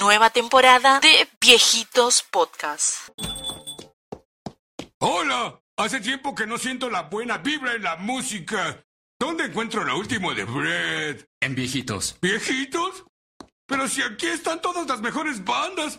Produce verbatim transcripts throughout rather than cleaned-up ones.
nueva temporada de Viejitos Podcast. ¡Hola! Hace tiempo que no siento la buena vibra en la música. ¿Dónde encuentro lo último de Brett? En Viejitos. ¿Viejitos? Pero si aquí están todas las mejores bandas.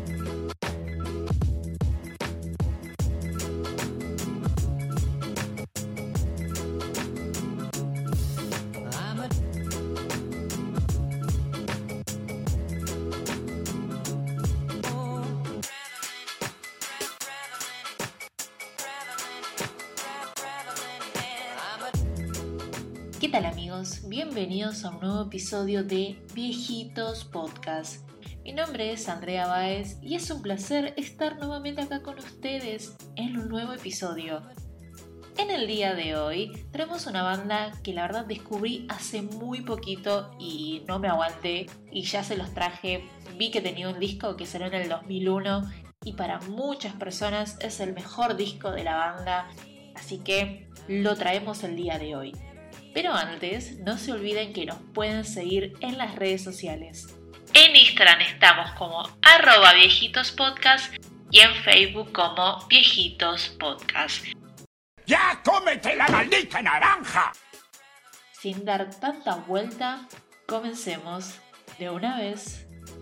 ¿Qué tal, amigos? Bienvenidos a un nuevo episodio de Viejitos Podcast. Mi nombre es Andrea Báez y es un placer estar nuevamente acá con ustedes en un nuevo episodio. En el día de hoy tenemos una banda que la verdad descubrí hace muy poquito y no me aguanté y ya se los traje. Vi que tenía un disco que salió en el dos mil uno y para muchas personas es el mejor disco de la banda, así que lo traemos el día de hoy. Pero antes, no se olviden que nos pueden seguir en las redes sociales. En Instagram estamos como arroba viejitospodcast y en Facebook como Viejitos Podcast. ¡Ya cómete la maldita naranja! Sin dar tanta vuelta, comencemos de una vez.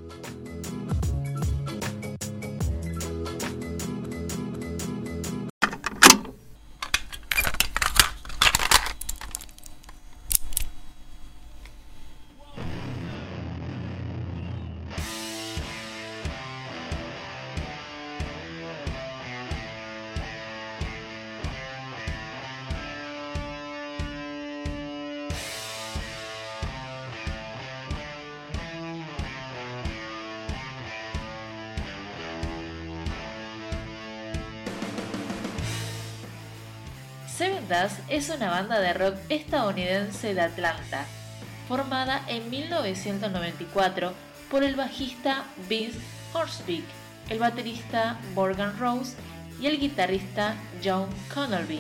Seven Dust es una banda de rock estadounidense de Atlanta, formada en mil novecientos noventa y cuatro por el bajista Vince Horsbeek, el baterista Morgan Rose y el guitarrista John Connolly.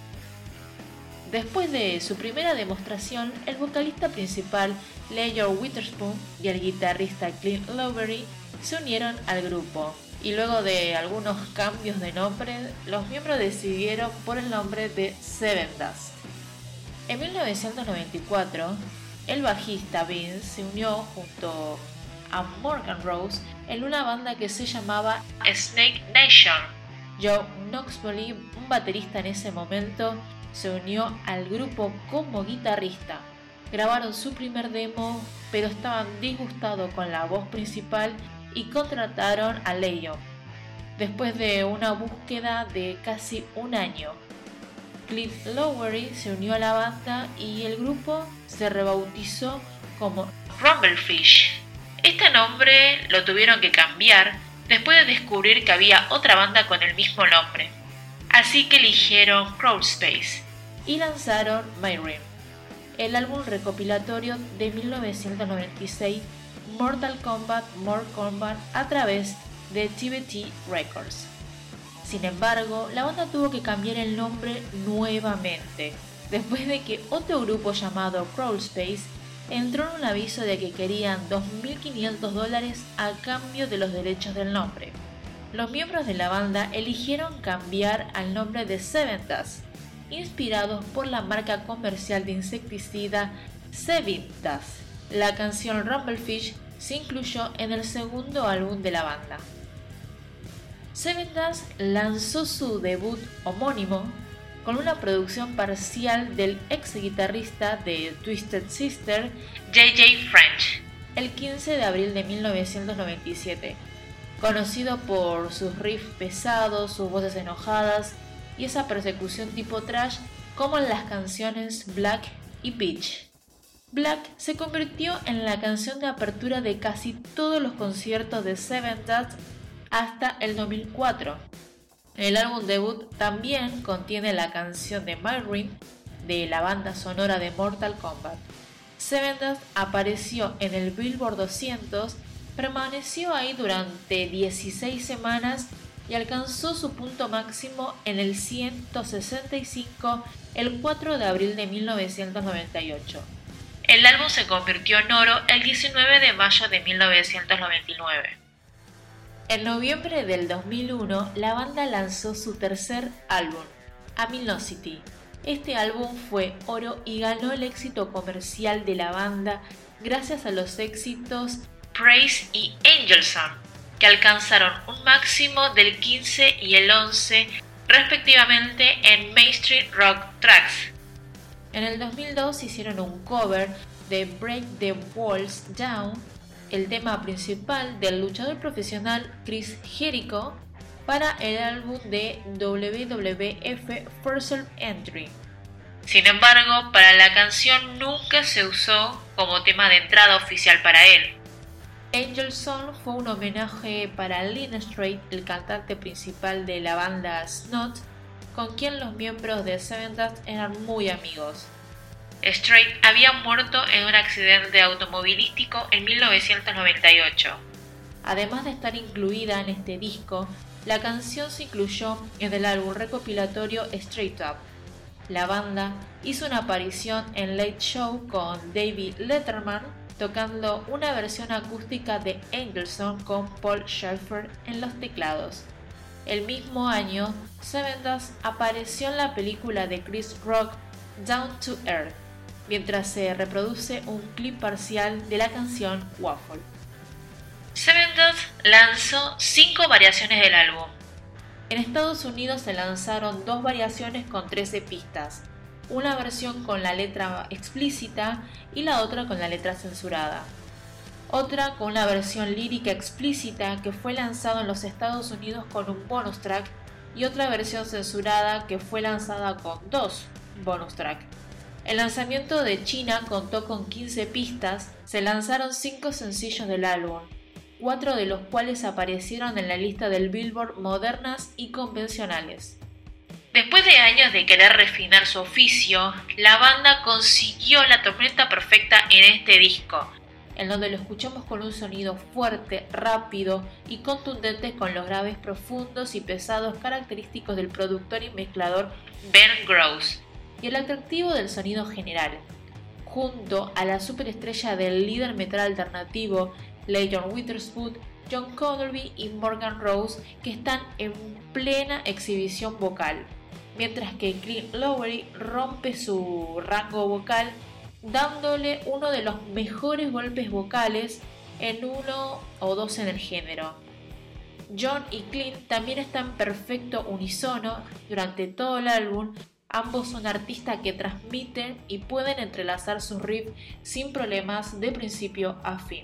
Después de su primera demostración, el vocalista principal Leyor Witherspoon y el guitarrista Clint Lowery se unieron al grupo. Y luego de algunos cambios de nombre, los miembros decidieron por el nombre de Seven Dust. En mil novecientos noventa y cuatro, el bajista Vince se unió junto a Morgan Rose en una banda que se llamaba Snake Nation. Joe Knoxville, un baterista en ese momento, se unió al grupo como guitarrista. Grabaron su primer demo, pero estaban disgustados con la voz principal y contrataron a Leyo. Después de una búsqueda de casi un año, Clint Lowery se unió a la banda y el grupo se rebautizó como Rumblefish. Este nombre lo tuvieron que cambiar después de descubrir que había otra banda con el mismo nombre. Así que eligieron Crawlspace y lanzaron My Rim, el álbum recopilatorio de mil novecientos noventa y seis Mortal Kombat More Kombat a través de T V T Records. Sin embargo, la banda tuvo que cambiar el nombre nuevamente, después de que otro grupo llamado Crawlspace entró en un aviso de que querían dos mil quinientos dólares a cambio de los derechos del nombre. Los miembros de la banda eligieron cambiar al nombre de Seven Dust, inspirados por la marca comercial de insecticida Seven Dust. La canción Rumblefish se incluyó en el segundo álbum de la banda. Seven Dust lanzó su debut homónimo con una producción parcial del ex guitarrista de Twisted Sister, J J French, el quince de abril de mil novecientos noventa y siete, conocido por sus riffs pesados, sus voces enojadas y esa persecución tipo thrash como en las canciones Black y Peach. Black se convirtió en la canción de apertura de casi todos los conciertos de Seven Dust hasta el dos mil cuatro. El álbum debut también contiene la canción de My Rim de la banda sonora de Mortal Kombat. Seven Dust apareció en el Billboard doscientos, permaneció ahí durante dieciséis semanas y alcanzó su punto máximo en el ciento sesenta y cinco el cuatro de abril de mil novecientos noventa y ocho. El álbum se convirtió en oro el diecinueve de mayo de mil novecientos noventa y nueve. En noviembre del dos mil uno, la banda lanzó su tercer álbum, Aminosity. Este álbum fue oro y ganó el éxito comercial de la banda gracias a los éxitos Praise y Angel Song, que alcanzaron un máximo del quince y el once respectivamente en Mainstream Rock Tracks. En el dos mil dos hicieron un cover de Break the Walls Down, el tema principal del luchador profesional Chris Jericho, para el álbum de W W F First Entry. Sin embargo, para la canción nunca se usó como tema de entrada oficial para él. Angel Song fue un homenaje para Lynn Strait, el cantante principal de la banda Snot, con quien los miembros de Seven Dust eran muy amigos. Strait había muerto en un accidente automovilístico en mil novecientos noventa y ocho. Además de estar incluida en este disco, la canción se incluyó en el álbum recopilatorio Straight Up. La banda hizo una aparición en Late Show con David Letterman, tocando una versión acústica de Angel Song con Paul Schaefer en los teclados. El mismo año, Seven Dust apareció en la película de Chris Rock Down to Earth, mientras se reproduce un clip parcial de la canción Waffle. Seven Dust lanzó cinco variaciones del álbum. En Estados Unidos se lanzaron dos variaciones con trece pistas, una versión con la letra explícita y la otra con la letra censurada. Otra con una versión lírica explícita que fue lanzado en los Estados Unidos con un bonus track y otra versión censurada que fue lanzada con dos bonus track. El lanzamiento de China contó con quince pistas, se lanzaron cinco sencillos del álbum, cuatro de los cuales aparecieron en la lista del Billboard modernas y convencionales. Después de años de querer refinar su oficio, la banda consiguió la tormenta perfecta en este disco, en donde lo escuchamos con un sonido fuerte, rápido y contundente con los graves profundos y pesados característicos del productor y mezclador Ben Gross, y el atractivo del sonido general, junto a la superestrella del líder metal alternativo Leon Witherspoon, John Connolly y Morgan Rose, que están en plena exhibición vocal, mientras que Clint Lowery rompe su rango vocal dándole uno de los mejores golpes vocales en uno o dos en el género. John y Clint también están en perfecto unisono durante todo el álbum. Ambos son artistas que transmiten y pueden entrelazar sus riffs sin problemas de principio a fin.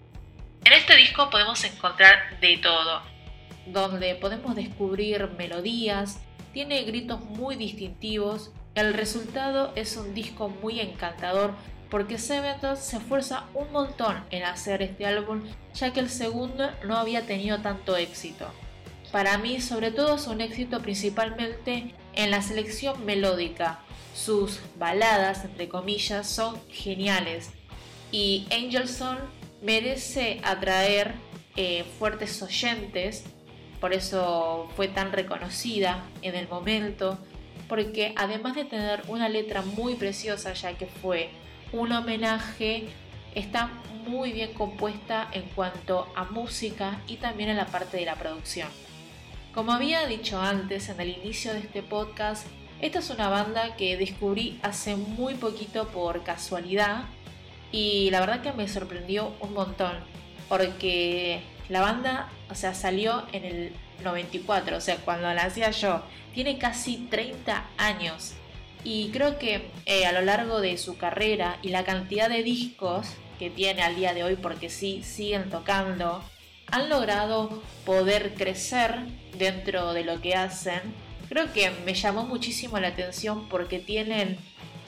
En este disco podemos encontrar de todo, donde podemos descubrir melodías, tiene gritos muy distintivos. El resultado es un disco muy encantador porque Seven Dust se esfuerza un montón en hacer este álbum, ya que el segundo no había tenido tanto éxito. Para mí, sobre todo, es un éxito principalmente en la selección melódica. Sus baladas, entre comillas, son geniales y Angel Song merece atraer eh, fuertes oyentes, por eso fue tan reconocida en el momento, porque además de tener una letra muy preciosa, ya que fue un homenaje, está muy bien compuesta en cuanto a música y también en la parte de la producción. Como había dicho antes en el inicio de este podcast, esta es una banda que descubrí hace muy poquito por casualidad y la verdad que me sorprendió un montón, porque la banda, o sea, salió en el noventa y cuatro, o sea, cuando la hacía yo, tiene casi treinta años y creo que eh, a lo largo de su carrera y la cantidad de discos que tiene al día de hoy, porque sí, siguen tocando, han logrado poder crecer dentro de lo que hacen. Creo que me llamó muchísimo la atención porque tienen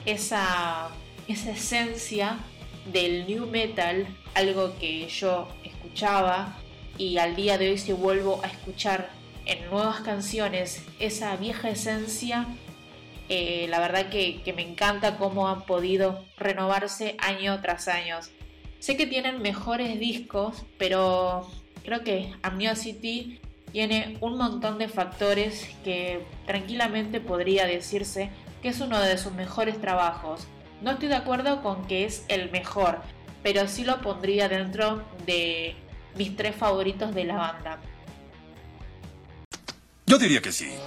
esa, esa esencia del new metal, algo que yo escuchaba y al día de hoy si vuelvo a escuchar en nuevas canciones esa vieja esencia, eh, la verdad que, que me encanta cómo han podido renovarse año tras año. Sé que tienen mejores discos, pero creo que Amniosity tiene un montón de factores que tranquilamente podría decirse que es uno de sus mejores trabajos. No estoy de acuerdo con que es el mejor, pero sí lo pondría dentro de mis tres favoritos de la banda. Yo diría que sí.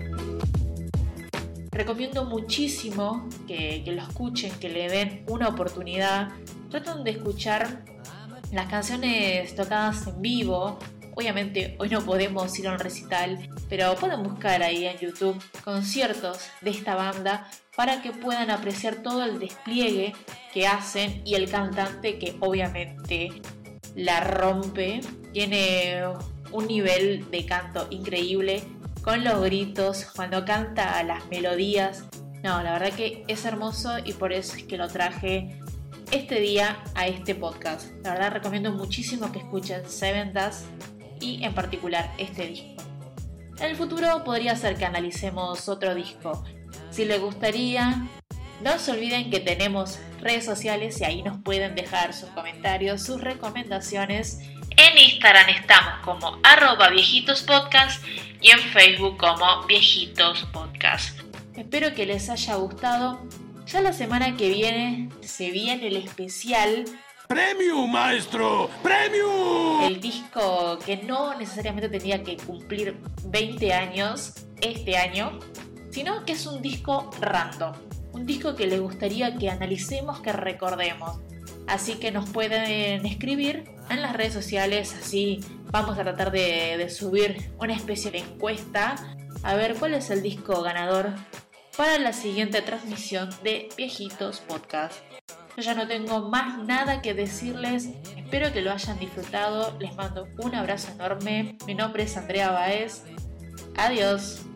Recomiendo muchísimo que, que lo escuchen, que le den una oportunidad. Traten de escuchar las canciones tocadas en vivo. Obviamente hoy no podemos ir a un recital, pero pueden buscar ahí en YouTube conciertos de esta banda para que puedan apreciar todo el despliegue que hacen y el cantante que obviamente la rompe. Tiene un nivel de canto increíble con los gritos, cuando canta las melodías. No, la verdad que es hermoso y por eso es que lo traje este día a este podcast. La verdad recomiendo muchísimo que escuchen Seventas y en particular este disco. En el futuro podría ser que analicemos otro disco. Si les gustaría, no se olviden que tenemos redes sociales y ahí nos pueden dejar sus comentarios, sus recomendaciones. En Instagram estamos como arroba viejitospodcast y en Facebook como viejitospodcast. Espero que les haya gustado. Ya la semana que viene se viene el especial ¡Premium, maestro! ¡Premium! El disco que no necesariamente tenía que cumplir veinte años este año, sino que es un disco random. Un disco que les gustaría que analicemos, que recordemos. Así que nos pueden escribir en las redes sociales, así vamos a tratar de, de subir una especie de encuesta a ver cuál es el disco ganador para la siguiente transmisión de Viejitos Podcast. Yo ya no tengo más nada que decirles, espero que lo hayan disfrutado, les mando un abrazo enorme, mi nombre es Andrea Baez, adiós.